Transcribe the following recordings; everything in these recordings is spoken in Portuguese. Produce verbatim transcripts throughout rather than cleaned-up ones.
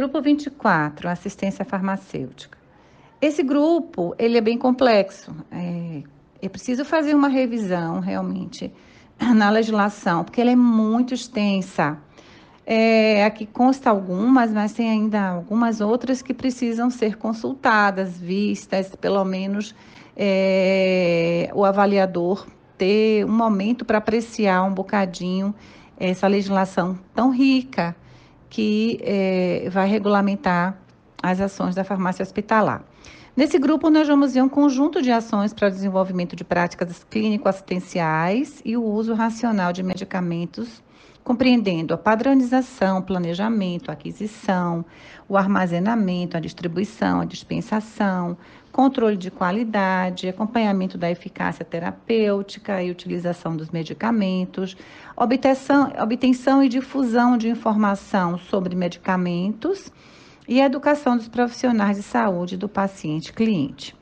Grupo vinte e quatro, assistência farmacêutica. Esse grupo, ele é bem complexo. É, é preciso fazer uma revisão, realmente, na legislação, porque ela é muito extensa. É, aqui consta algumas, mas tem ainda algumas outras que precisam ser consultadas, vistas, pelo menos é, o avaliador ter um momento para apreciar um bocadinho essa legislação tão rica que é, vai regulamentar as ações da farmácia hospitalar. Nesse grupo, nós vamos ver um conjunto de ações para o desenvolvimento de práticas clínico-assistenciais e o uso racional de medicamentos, compreendendo a padronização, planejamento, aquisição, o armazenamento, a distribuição, a dispensação, controle de qualidade, acompanhamento da eficácia terapêutica e utilização dos medicamentos, obtenção, obtenção e difusão de informação sobre medicamentos e a educação dos profissionais de saúde do paciente-cliente.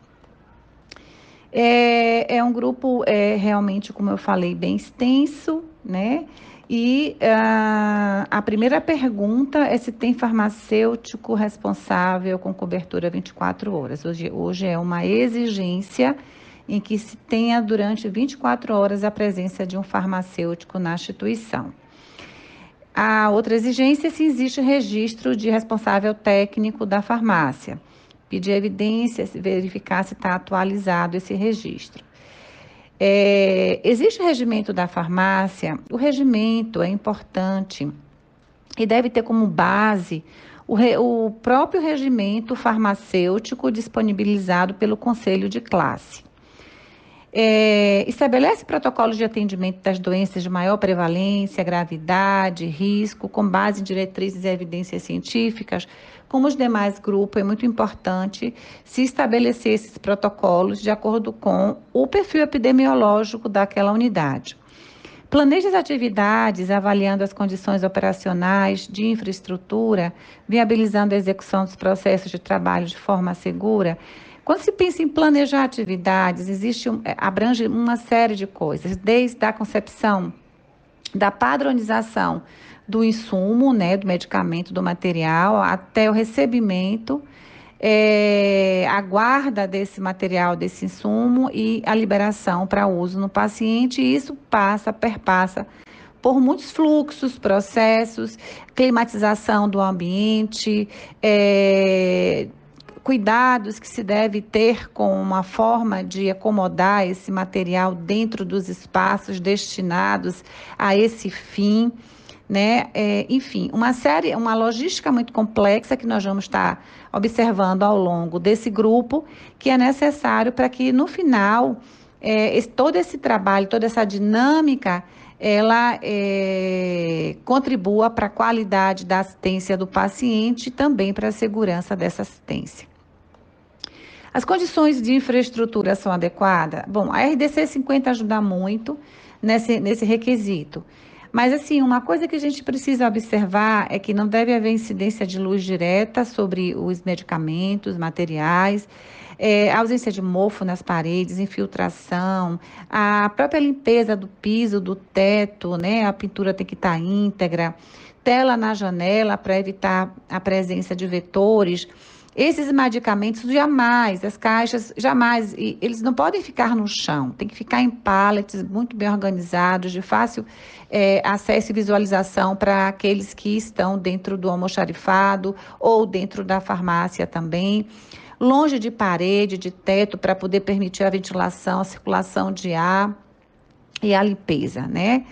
É, é um grupo é, realmente, como eu falei, bem extenso, né? E uh, a primeira pergunta é se tem farmacêutico responsável com cobertura vinte e quatro horas. Hoje, hoje é uma exigência em que se tenha durante vinte e quatro horas a presença de um farmacêutico na instituição. A outra exigência é se existe registro de responsável técnico da farmácia. Pedir evidências, verificar se está atualizado esse registro. É, existe o regimento da farmácia. O regimento é importante e deve ter como base o, re, o próprio regimento farmacêutico disponibilizado pelo Conselho de Classe. É, estabelece protocolos de atendimento das doenças de maior prevalência, gravidade, risco, com base em diretrizes e evidências científicas. Como os demais grupos, é muito importante se estabelecer esses protocolos de acordo com o perfil epidemiológico daquela unidade. Planeje as atividades, avaliando as condições operacionais de infraestrutura, viabilizando a execução dos processos de trabalho de forma segura. Quando se pensa em planejar atividades, existe um, abrange uma série de coisas, desde a concepção da padronização do insumo, né, do medicamento, do material, até o recebimento, é, a guarda desse material, desse insumo e a liberação para uso no paciente. E isso passa, perpassa por muitos fluxos, processos, climatização do ambiente, é, cuidados que se deve ter com uma forma de acomodar esse material dentro dos espaços destinados a esse fim, né? É, enfim, uma série, uma logística muito complexa que nós vamos estar observando ao longo desse grupo, que é necessário para que no final é, esse, todo esse trabalho, toda essa dinâmica, ela é, contribua para a qualidade da assistência do paciente e também para a segurança dessa assistência. As condições de infraestrutura são adequadas? Bom, a R D C cinquenta ajuda muito nesse, nesse requisito. Mas, assim, uma coisa que a gente precisa observar é que não deve haver incidência de luz direta sobre os medicamentos, materiais, é, ausência de mofo nas paredes, infiltração, a própria limpeza do piso, do teto, né? A pintura tem que estar íntegra, tela na janela para evitar a presença de vetores. Esses medicamentos jamais, as caixas jamais, eles não podem ficar no chão, tem que ficar em pallets muito bem organizados, de fácil é, acesso e visualização para aqueles que estão dentro do almoxarifado ou dentro da farmácia também. Longe de parede, de teto, para poder permitir a ventilação, a circulação de ar e a limpeza, né?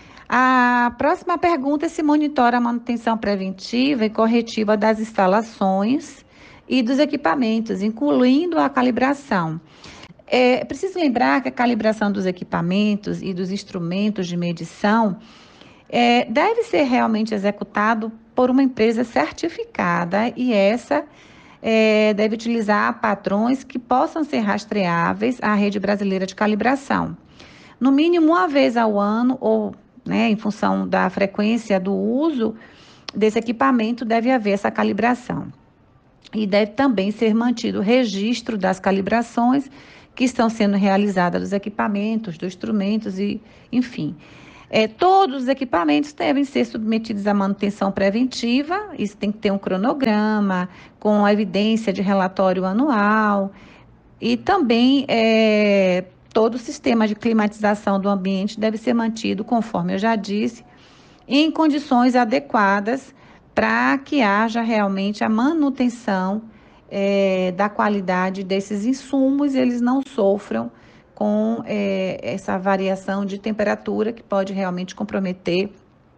A próxima pergunta é se monitora a manutenção preventiva e corretiva das instalações e dos equipamentos, incluindo a calibração. É preciso lembrar que a calibração dos equipamentos e dos instrumentos de medição é, deve ser realmente executado por uma empresa certificada e essa é, deve utilizar padrões que possam ser rastreáveis à rede brasileira de calibração. No mínimo uma vez ao ano ou, né, em função da frequência do uso desse equipamento, deve haver essa calibração. E deve também ser mantido o registro das calibrações que estão sendo realizadas dos equipamentos, dos instrumentos e, enfim. É, todos os equipamentos devem ser submetidos à manutenção preventiva, isso tem que ter um cronograma, com a evidência de relatório anual, e também é, todo o sistema de climatização do ambiente deve ser mantido, conforme eu já disse, em condições adequadas para que haja realmente a manutenção é, da qualidade desses insumos, e eles não sofram com é, essa variação de temperatura que pode realmente comprometer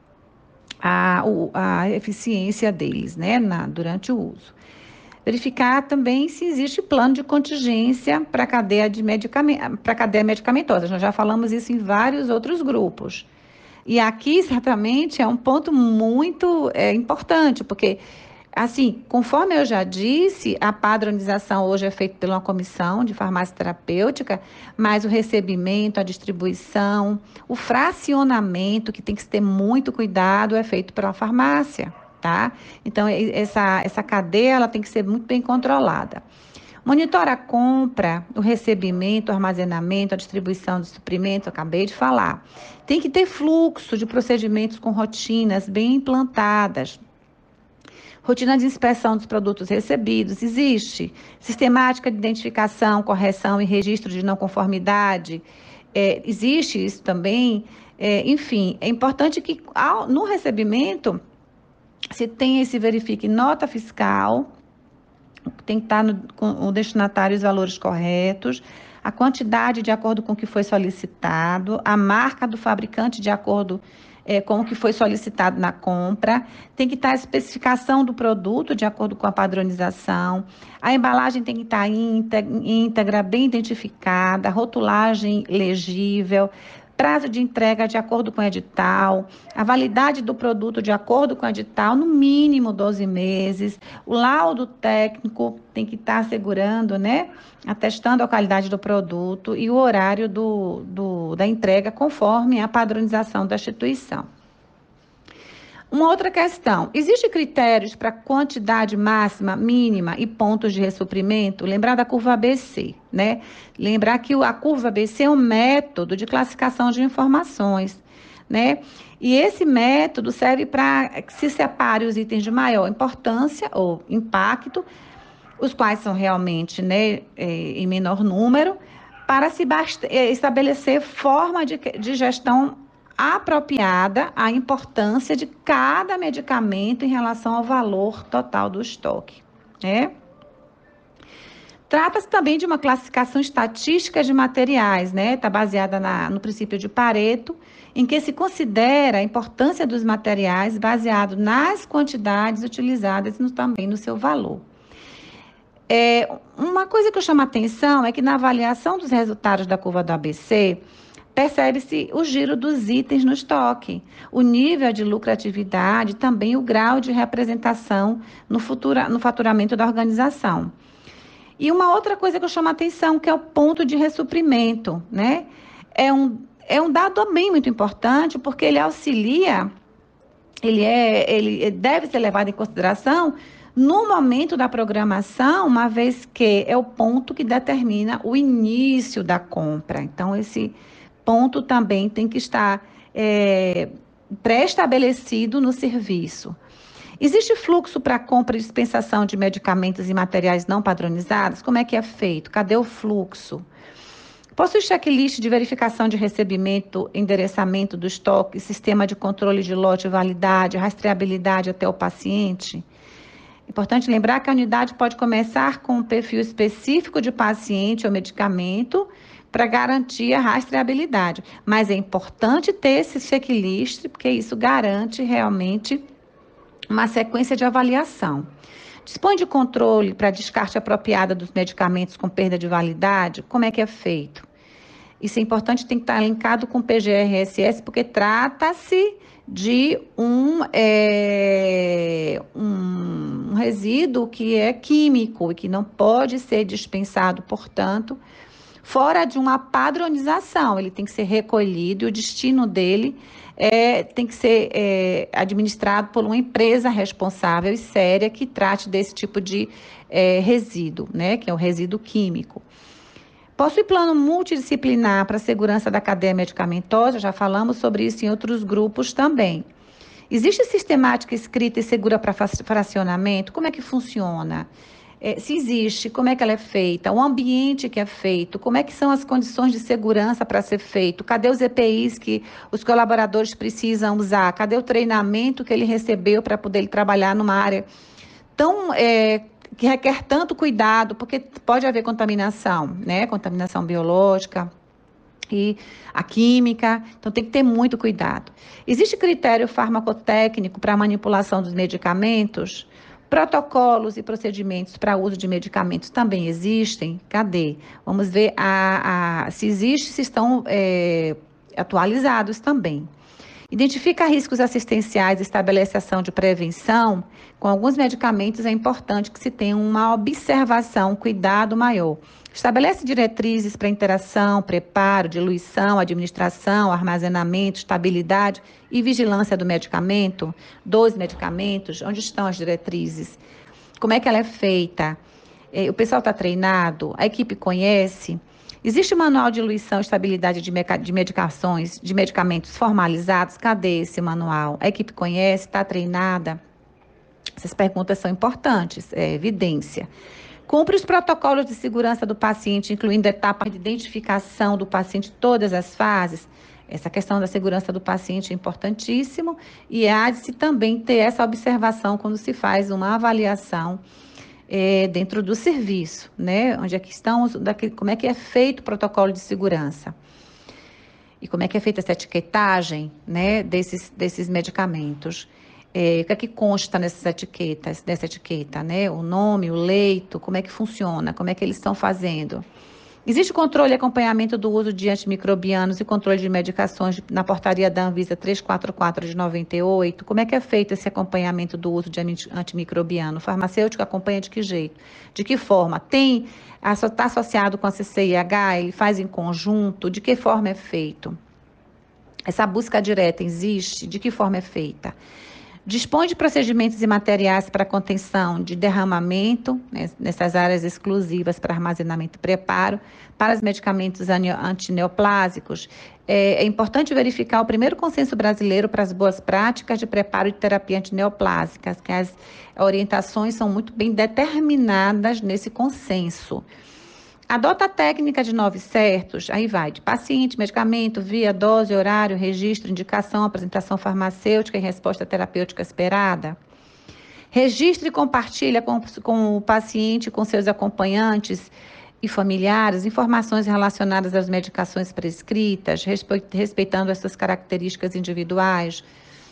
a, a eficiência deles, né, na, durante o uso. Verificar também se existe plano de contingência para a cadeia, de medicamento, para a cadeia medicamentosa. Nós já falamos isso em vários outros grupos. E aqui, certamente, é um ponto muito é, importante, porque, assim, conforme eu já disse, a padronização hoje é feita por uma comissão de farmácia terapêutica, mas o recebimento, a distribuição, o fracionamento, que tem que ter muito cuidado, é feito pela farmácia, tá? Então, essa, essa cadeia, ela tem que ser muito bem controlada. Monitora a compra, o recebimento, o armazenamento, a distribuição de suprimentos, eu acabei de falar. Tem que ter fluxo de procedimentos com rotinas bem implantadas. Rotina de inspeção dos produtos recebidos, existe. Sistemática de identificação, correção e registro de não conformidade, é, existe isso também. É, enfim, é importante que ao, no recebimento se tenha e se verifique nota fiscal, tem que estar no, com o destinatário os valores corretos, a quantidade de acordo com o que foi solicitado, a marca do fabricante de acordo é, com o que foi solicitado na compra, tem que estar a especificação do produto de acordo com a padronização, a embalagem tem que estar íntegra, bem identificada, rotulagem legível, prazo de entrega de acordo com o edital, a validade do produto de acordo com o edital, no mínimo doze meses, o laudo técnico tem que estar assegurando, né, atestando a qualidade do produto e o horário do, do, da entrega conforme a padronização da instituição. Uma outra questão, existem critérios para quantidade máxima, mínima e pontos de ressuprimento? Lembrar da curva A B C, né? Lembrar que a curva A B C é um método de classificação de informações, né? E esse método serve para que se separe os itens de maior importância ou impacto, os quais são realmente, né, em menor número, para se estabelecer forma de, de gestão apropriada à importância de cada medicamento em relação ao valor total do estoque, né? Trata-se também de uma classificação estatística de materiais, né? Está baseada na, no princípio de Pareto, em que se considera a importância dos materiais baseado nas quantidades utilizadas e no, também no seu valor. É, uma coisa que eu chamo a atenção é que na avaliação dos resultados da curva do A B C, percebe-se o giro dos itens no estoque, o nível de lucratividade, também o grau de representação no, futura, no faturamento da organização. E uma outra coisa que eu chamo a atenção, que é o ponto de ressuprimento, né? É um, é um dado também muito importante, porque ele auxilia, ele, é, ele deve ser levado em consideração no momento da programação, uma vez que é o ponto que determina o início da compra. Então, esse ponto também tem que estar é, pré-estabelecido no serviço. Existe fluxo para compra e dispensação de medicamentos e materiais não padronizados? Como é que é feito? Cadê o fluxo? Possui checklist de verificação de recebimento, endereçamento do estoque, sistema de controle de lote, validade, rastreabilidade até o paciente? Importante lembrar que a unidade pode começar com um perfil específico de paciente ou medicamento para garantir a rastreabilidade. Mas é importante ter esse checklist, porque isso garante realmente uma sequência de avaliação. Dispõe de controle para descarte apropriada dos medicamentos com perda de validade? Como é que é feito? Isso é importante, tem que estar linkado com o P G R S S, porque trata-se de um, é, um resíduo que é químico e que não pode ser dispensado, portanto, fora de uma padronização. Ele tem que ser recolhido e o destino dele é, tem que ser é, administrado por uma empresa responsável e séria que trate desse tipo de é, resíduo, né, que é o resíduo químico. Possui plano multidisciplinar para a segurança da cadeia medicamentosa, já falamos sobre isso em outros grupos também. Existe sistemática escrita e segura para fracionamento? Como é que funciona? É, se existe, como é que ela é feita? O ambiente que é feito? Como é que são as condições de segurança para ser feito? Cadê os E P Is que os colaboradores precisam usar? Cadê o treinamento que ele recebeu para poder trabalhar numa área tão... É, que requer tanto cuidado, porque pode haver contaminação, né? Contaminação biológica e a química, então tem que ter muito cuidado. Existe critério farmacotécnico para a manipulação dos medicamentos? Protocolos e procedimentos para uso de medicamentos também existem? Cadê? Vamos ver a, a, se existe, se estão é, atualizados também. Identifica riscos assistenciais e estabelece ação de prevenção. Com alguns medicamentos é importante que se tenha uma observação, um cuidado maior. Estabelece diretrizes para interação, preparo, diluição, administração, armazenamento, estabilidade e vigilância do medicamento, dos medicamentos. Onde estão as diretrizes? Como é que ela é feita? O pessoal está treinado? A equipe conhece? Existe um manual de diluição e estabilidade de, de medicações, de medicamentos formalizados? Cadê esse manual? A equipe conhece? Está treinada? Essas perguntas são importantes, é evidência. Cumpre os protocolos de segurança do paciente, incluindo a etapa de identificação do paciente em todas as fases? Essa questão da segurança do paciente é importantíssimo e há de se também ter essa observação quando se faz uma avaliação É, dentro do serviço, né? Onde é que estão, como é que é feito o protocolo de segurança e como é que é feita essa etiquetagem, né, desses, desses medicamentos. É, o que é que consta nessas etiquetas, dessa etiqueta, né? O nome, o leito, como é que funciona, como é que eles estão fazendo. Existe controle e acompanhamento do uso de antimicrobianos e controle de medicações na portaria da Anvisa trezentos e quarenta e quatro de noventa e oito? Como é que é feito esse acompanhamento do uso de antimicrobiano? O farmacêutico acompanha de que jeito? De que forma? Tem, está associado com a C C I H? Ele faz em conjunto? De que forma é feito? Essa busca direta existe? De que forma é feita? Dispõe de procedimentos e materiais para contenção de derramamento, né, nessas áreas exclusivas para armazenamento e preparo, para os medicamentos antineoplásicos. É, é importante verificar o primeiro consenso brasileiro para as boas práticas de preparo de terapia antineoplásicas, que as orientações são muito bem determinadas nesse consenso. Adota a técnica de nove certos, aí vai, de paciente, medicamento, via, dose, horário, registro, indicação, apresentação farmacêutica e resposta terapêutica esperada. Registra e compartilha com, com o paciente, com seus acompanhantes e familiares, informações relacionadas às medicações prescritas, respeitando as suas características individuais.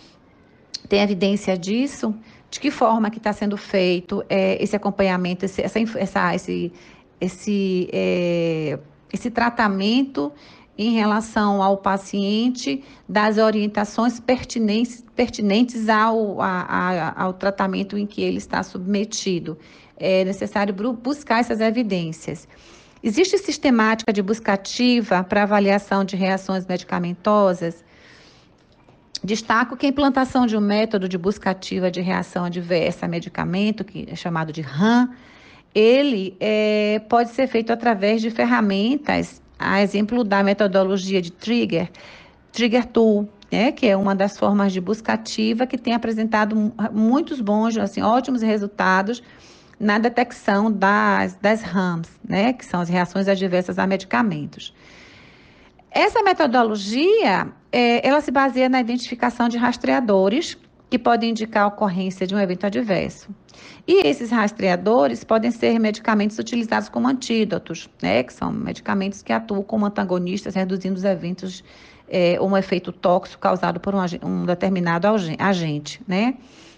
Tem evidência disso? De que forma que está sendo feito é, esse acompanhamento, esse, essa, essa, esse... Esse, é, esse tratamento em relação ao paciente, das orientações pertinentes, pertinentes ao, a, a, ao tratamento em que ele está submetido. É necessário buscar essas evidências. Existe sistemática de busca ativa para avaliação de reações medicamentosas? Destaco que a implantação de um método de busca ativa de reação adversa a medicamento, que é chamado de RAM, ele é, pode ser feito através de ferramentas, a exemplo da metodologia de Trigger, Trigger Tool, né, que é uma das formas de busca ativa que tem apresentado muitos bons, assim, ótimos resultados na detecção das, das RAMs, né, que são as reações adversas a medicamentos. Essa metodologia, é, ela se baseia na identificação de rastreadores que podem indicar a ocorrência de um evento adverso. E esses rastreadores podem ser medicamentos utilizados como antídotos, né, que são medicamentos que atuam como antagonistas, reduzindo os eventos, é, um efeito tóxico causado por um, um determinado agente, né.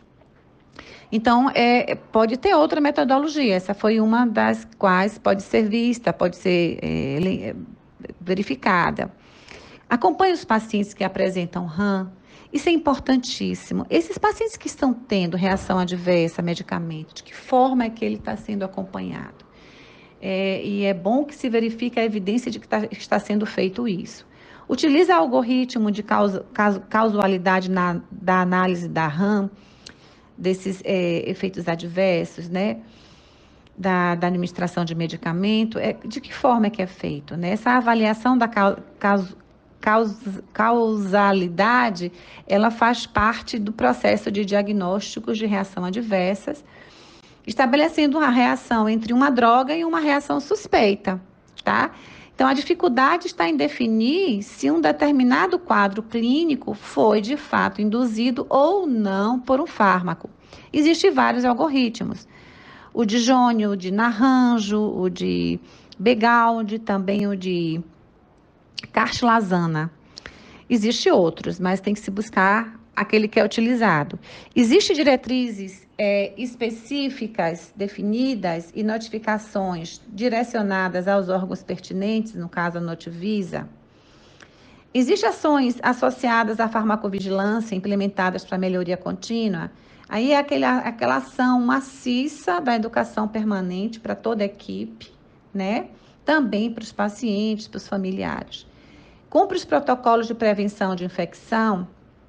Então, é, pode ter outra metodologia, essa foi uma das quais pode ser vista, pode ser é, verificada. Acompanhe os pacientes que apresentam RAM. Isso é importantíssimo. Esses pacientes que estão tendo reação adversa a medicamento, de que forma é que ele está sendo acompanhado? É, e é bom que se verifique a evidência de que tá, está sendo feito isso. Utiliza algoritmo de causa, causalidade na, da análise da RAM, desses é, efeitos adversos, né? da, da administração de medicamento, é, de que forma é que é feito, né? Essa avaliação da causa, causa, causalidade, ela faz parte do processo de diagnósticos de reação adversas, estabelecendo uma reação entre uma droga e uma reação suspeita, tá? Então, a dificuldade está em definir se um determinado quadro clínico foi, de fato, induzido ou não por um fármaco. Existem vários algoritmos. O de Jônio, o de Naranjo, o de Begaldi, também o de Cartilazana. Existem outros, mas tem que se buscar aquele que é utilizado. Existem diretrizes é, específicas, definidas e notificações direcionadas aos órgãos pertinentes, no caso a Notivisa. Existem ações associadas à farmacovigilância implementadas para melhoria contínua. Aí é aquele, aquela ação maciça da educação permanente para toda a equipe, né? Também para os pacientes, para os familiares. Cumpre os protocolos de prevenção de infecção.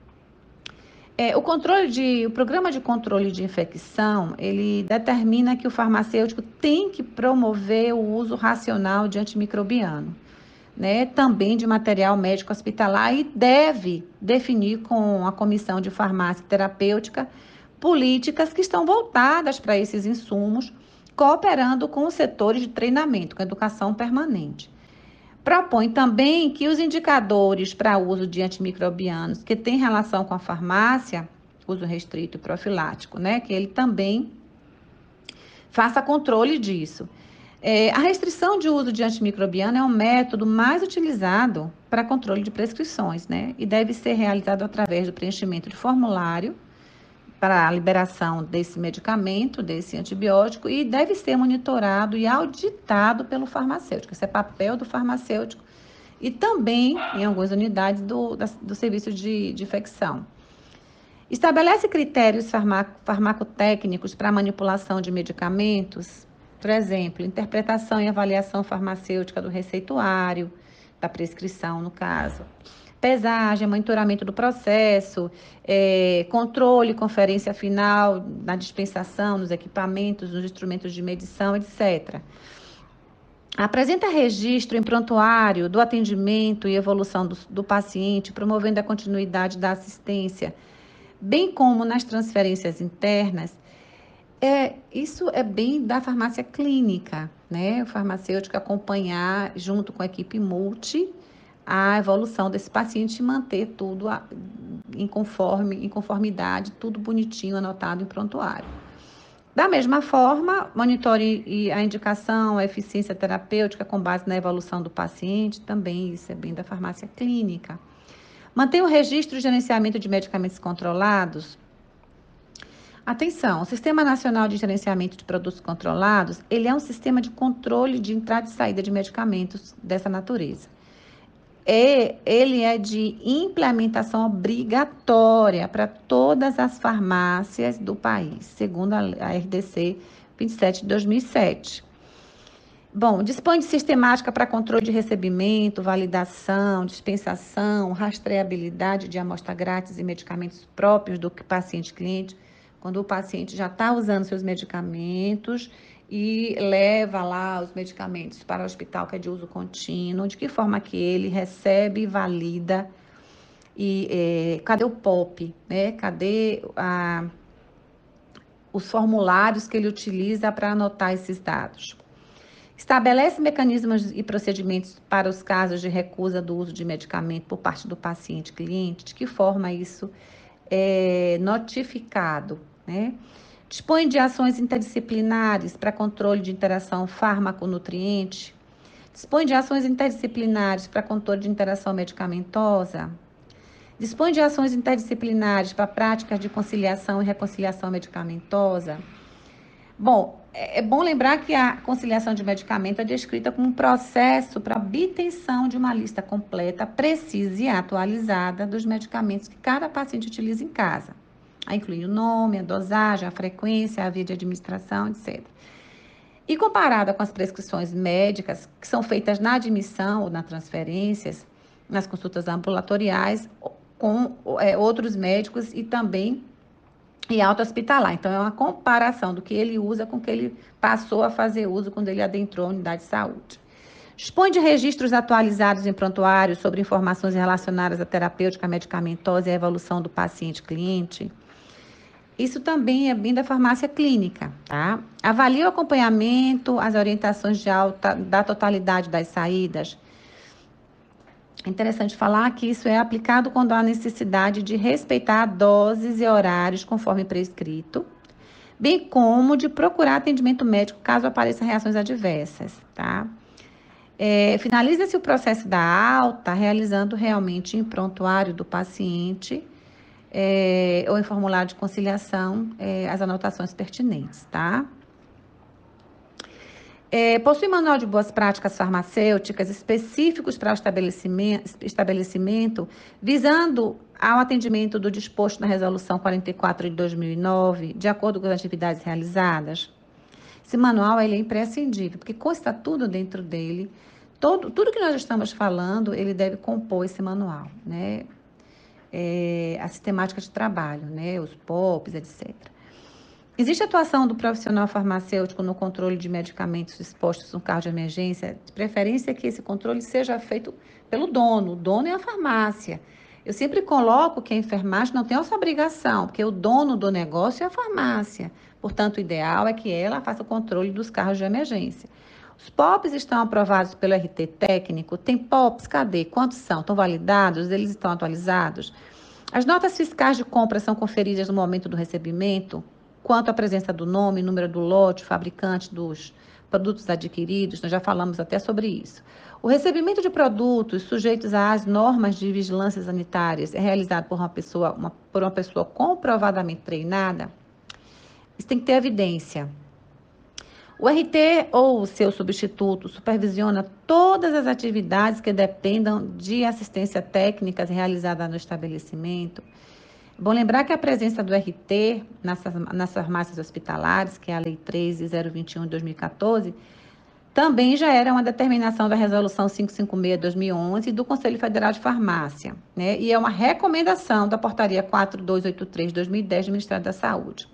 É, o controle de, o programa de controle de infecção, ele determina que o farmacêutico tem que promover o uso racional de antimicrobiano, né? Também de material médico hospitalar, e deve definir com a Comissão de Farmácia Terapêutica políticas que estão voltadas para esses insumos, cooperando com os setores de treinamento, com educação permanente. Propõe também que os indicadores para uso de antimicrobianos que têm relação com a farmácia, uso restrito e profilático, né, que ele também faça controle disso. É, a restrição de uso de antimicrobiano é um método mais utilizado para controle de prescrições, né, e deve ser realizado através do preenchimento de formulário para a liberação desse medicamento, desse antibiótico, e deve ser monitorado e auditado pelo farmacêutico. Esse é papel do farmacêutico e também, em algumas unidades, do, do serviço de, de infecção. Estabelece critérios farmaco, farmacotécnicos para manipulação de medicamentos, por exemplo, interpretação e avaliação farmacêutica do receituário, da prescrição, no caso. Pesagem, monitoramento do processo, é, controle, conferência final na dispensação, nos equipamentos, nos instrumentos de medição, etcétera. Apresenta registro em prontuário do atendimento e evolução do, do paciente, promovendo a continuidade da assistência, bem como nas transferências internas. É, isso é bem da farmácia clínica, né? O farmacêutico acompanhar, junto com a equipe multi, a evolução desse paciente e manter tudo em, conforme, em conformidade, tudo bonitinho, anotado em prontuário. Da mesma forma, monitore a indicação, a eficiência terapêutica com base na evolução do paciente, também isso é bem da farmácia clínica. Mantenha o registro e gerenciamento de medicamentos controlados. Atenção, o Sistema Nacional de Gerenciamento de Produtos Controlados, ele é um sistema de controle de entrada e saída de medicamentos dessa natureza. É, ele é de implementação obrigatória para todas as farmácias do país, segundo a, a R D C vinte e sete de dois mil e sete. Bom, dispõe de sistemática para controle de recebimento, validação, dispensação, rastreabilidade de amostra grátis e medicamentos próprios do paciente-cliente, quando o paciente já está usando seus medicamentos e leva lá os medicamentos para o hospital que é de uso contínuo, de que forma que ele recebe e valida, e é, cadê o P O P, né? Cadê a, os formulários que ele utiliza para anotar esses dados. Estabelece mecanismos e procedimentos para os casos de recusa do uso de medicamento por parte do paciente cliente, de que forma isso é notificado, né? Dispõe de ações interdisciplinares para controle de interação fármaco-nutriente. Dispõe de ações interdisciplinares para controle de interação medicamentosa. Dispõe de ações interdisciplinares para práticas de conciliação e reconciliação medicamentosa. Bom, é bom lembrar que a conciliação de medicamento é descrita como um processo para obtenção de uma lista completa, precisa e atualizada dos medicamentos que cada paciente utiliza em casa. Aí inclui o nome, a dosagem, a frequência, a via de administração, etcétera. E comparada com as prescrições médicas que são feitas na admissão ou nas transferências, nas consultas ambulatoriais, com é, outros médicos e também e alta hospitalar. Então, é uma comparação do que ele usa com o que ele passou a fazer uso quando ele adentrou a unidade de saúde. Dispõe de registros atualizados em prontuário sobre informações relacionadas à terapêutica medicamentosa e à evolução do paciente-cliente. Isso também é bem da farmácia clínica, tá? Avalia o acompanhamento, as orientações de alta da totalidade das saídas. É interessante falar que isso é aplicado quando há necessidade de respeitar doses e horários conforme prescrito, bem como de procurar atendimento médico caso apareçam reações adversas, tá? É, finaliza-se o processo da alta realizando realmente em prontuário do paciente é, ou em formulário de conciliação é, as anotações pertinentes, tá? É, possui manual de boas práticas farmacêuticas específicos para o estabelecimento, estabelecimento, visando ao atendimento do disposto na Resolução quarenta e quatro de dois mil e nove, de acordo com as atividades realizadas. Esse manual ele é imprescindível, porque consta tudo dentro dele. Todo, tudo que nós estamos falando, ele deve compor esse manual, né? É, a sistemática de trabalho, né? Os P O Ps, etcétera. Existe atuação do profissional farmacêutico no controle de medicamentos expostos no carro de emergência? De preferência que esse controle seja feito pelo dono. O dono é a farmácia. Eu sempre coloco que a enfermagem não tem essa obrigação, porque o dono do negócio é a farmácia. Portanto, o ideal é que ela faça o controle dos carros de emergência. Os P O Ps estão aprovados pelo R T técnico? Tem P O Ps? Cadê? Quantos são? Estão validados? Eles estão atualizados? As notas fiscais de compra são conferidas no momento do recebimento? Quanto à presença do nome, número do lote, fabricante dos produtos adquiridos, nós já falamos até sobre isso. O recebimento de produtos sujeitos às normas de vigilância sanitárias é realizado por uma pessoa, uma, por uma pessoa comprovadamente treinada? Isso tem que ter evidência. O R T ou o seu substituto supervisiona todas as atividades que dependam de assistência técnica realizada no estabelecimento. Bom lembrar que a presença do R T nas, nas farmácias hospitalares, que é a Lei treze mil vinte e um de dois mil e quatorze, também já era uma determinação da Resolução quinhentos e cinquenta e seis de dois mil e onze e do Conselho Federal de Farmácia, né? E é uma recomendação da Portaria quatro mil duzentos e oitenta e três de dois mil e dez do Ministério da Saúde.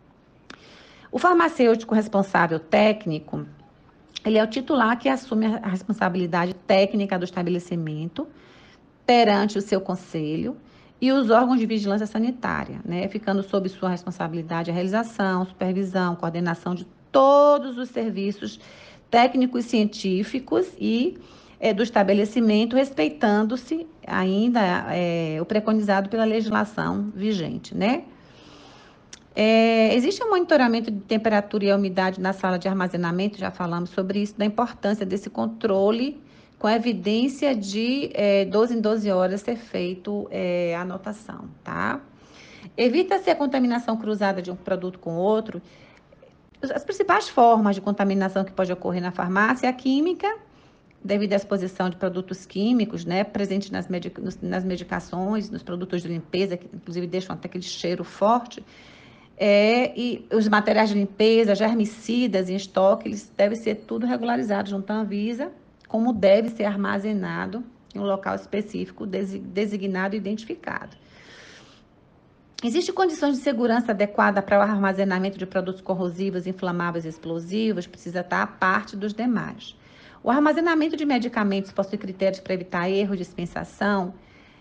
O farmacêutico responsável técnico, ele é o titular que assume a responsabilidade técnica do estabelecimento perante o seu conselho e os órgãos de vigilância sanitária, né, ficando sob sua responsabilidade a realização, supervisão, coordenação de todos os serviços técnicos científicos e é, do estabelecimento, respeitando-se ainda é, o preconizado pela legislação vigente, né? É, existe um monitoramento de temperatura e umidade na sala de armazenamento, já falamos sobre isso, da importância desse controle com a evidência de é, doze em doze horas ser feito é, a anotação, tá? Evita-se a contaminação cruzada de um produto com outro. As principais formas de contaminação que pode ocorrer na farmácia é a química, devido à exposição de produtos químicos, né, presentes nas, medica nas medicações, nos produtos de limpeza, que inclusive deixam até aquele cheiro forte. É, e os materiais de limpeza, germicidas em estoque, eles devem ser tudo regularizados junto à Anvisa, como deve ser armazenado em um local específico, designado e identificado. Existem condições de segurança adequada para o armazenamento de produtos corrosivos, inflamáveis e explosivos? Precisa estar a parte dos demais. O armazenamento de medicamentos possui critérios para evitar erro de dispensação?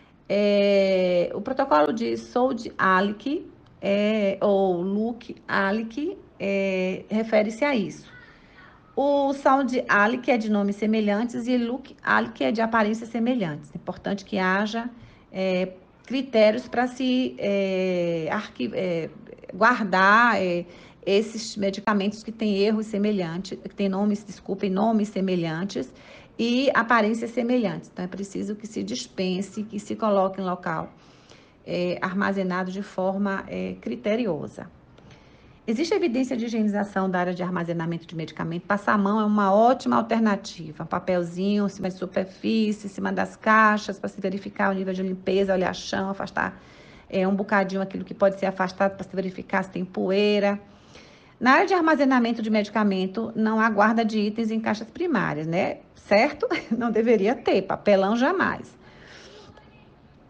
É, o protocolo de Sold-Alick é, ou Luke-Alick é, refere-se a isso. O Sold-Alick é de nomes semelhantes e Luke-Alick é de aparências semelhantes. É importante que haja é, critérios para se é, é, guardar é, esses medicamentos que têm erros semelhantes, que têm nomes, desculpem, nomes semelhantes e aparências semelhantes. Então, é preciso que se dispense, que se coloque em local é, armazenado de forma é, criteriosa. Existe evidência de higienização da área de armazenamento de medicamento? Passar a mão é uma ótima alternativa. Um papelzinho em cima de superfície, em cima das caixas, para se verificar o nível de limpeza, olhar chão, afastar é, um bocadinho aquilo que pode ser afastado para se verificar se tem poeira. Na área de armazenamento de medicamento, não há guarda de itens em caixas primárias, né? Certo? Não deveria ter, papelão jamais.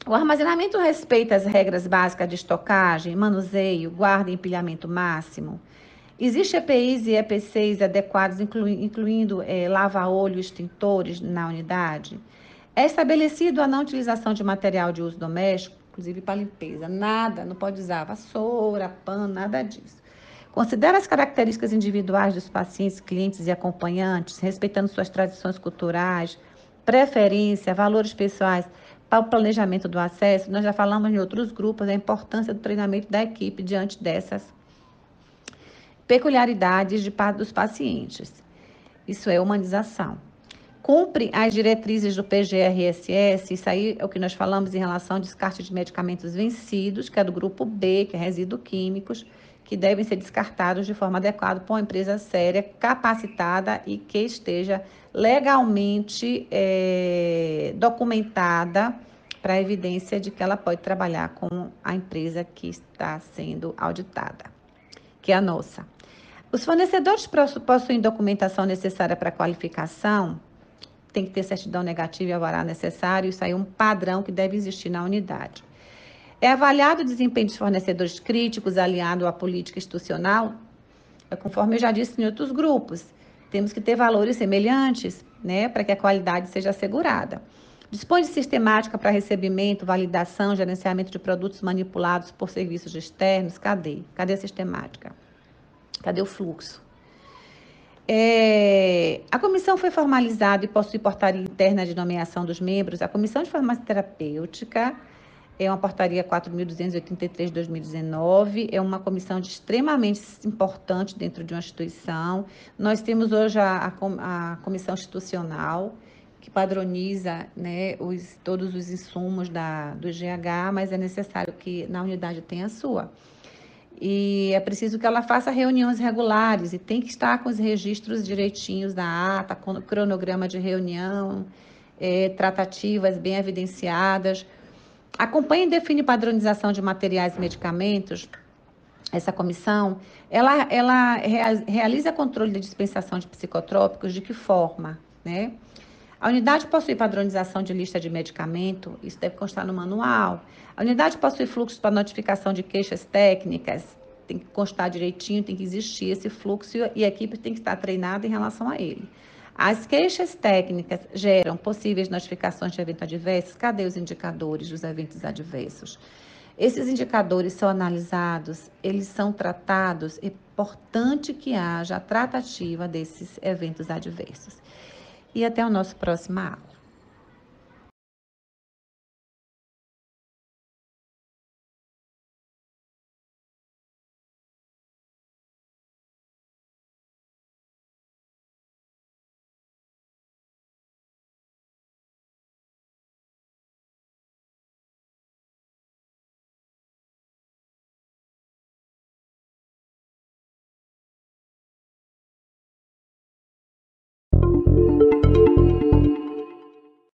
O armazenamento respeita as regras básicas de estocagem, manuseio, guarda e empilhamento máximo. Existem E P Is e E P Cs adequados, inclu, incluindo é, lava-olho e extintores na unidade. É estabelecido a não utilização de material de uso doméstico, inclusive para limpeza. Nada, não pode usar vassoura, pano, nada disso. Considera as características individuais dos pacientes, clientes e acompanhantes, respeitando suas tradições culturais, preferência, valores pessoais para o planejamento do acesso. Nós já falamos em outros grupos a importância do treinamento da equipe diante dessas peculiaridades de, dos pacientes. Isso é humanização. Cumpre as diretrizes do P G R S S, isso aí é o que nós falamos em relação ao descarte de medicamentos vencidos, que é do grupo B, que é resíduos químicos, que devem ser descartados de forma adequada por uma empresa séria, capacitada e que esteja legalmente é, documentada para a evidência de que ela pode trabalhar com a empresa que está sendo auditada, que é a nossa. Os fornecedores possuem documentação necessária para qualificação, tem que ter certidão negativa e alvará necessário, isso aí é um padrão que deve existir na unidade. É avaliado o desempenho dos fornecedores críticos, aliado à política institucional, é conforme eu já disse em outros grupos, temos que ter valores semelhantes, né, para que a qualidade seja assegurada. Dispõe de sistemática para recebimento, validação, gerenciamento de produtos manipulados por serviços externos, cadê? Cadê a sistemática? Cadê o fluxo? É, a comissão foi formalizada e possui portaria interna de nomeação dos membros. A Comissão de Farmácia Terapêutica é uma portaria quatro mil duzentos e oitenta e três de dois mil e dezenove, é uma comissão de extremamente importante dentro de uma instituição. Nós temos hoje a, a, a comissão institucional, que padroniza, né, os, todos os insumos da, do G H, mas é necessário que na unidade tenha a sua. E é preciso que ela faça reuniões regulares e tem que estar com os registros direitinhos da ata, com o cronograma de reunião, é, tratativas bem evidenciadas. Acompanha e define padronização de materiais e medicamentos. Essa comissão, ela, ela realiza controle de dispensação de psicotrópicos, de que forma, né? A unidade possui padronização de lista de medicamento, isso deve constar no manual. A unidade possui fluxo para notificação de queixas técnicas, tem que constar direitinho, tem que existir esse fluxo e a equipe tem que estar treinada em relação a ele. As queixas técnicas geram possíveis notificações de evento adverso. Cadê os indicadores dos eventos adversos? Esses indicadores são analisados, eles são tratados, é importante que haja a tratativa desses eventos adversos. E até o nosso próximo aula.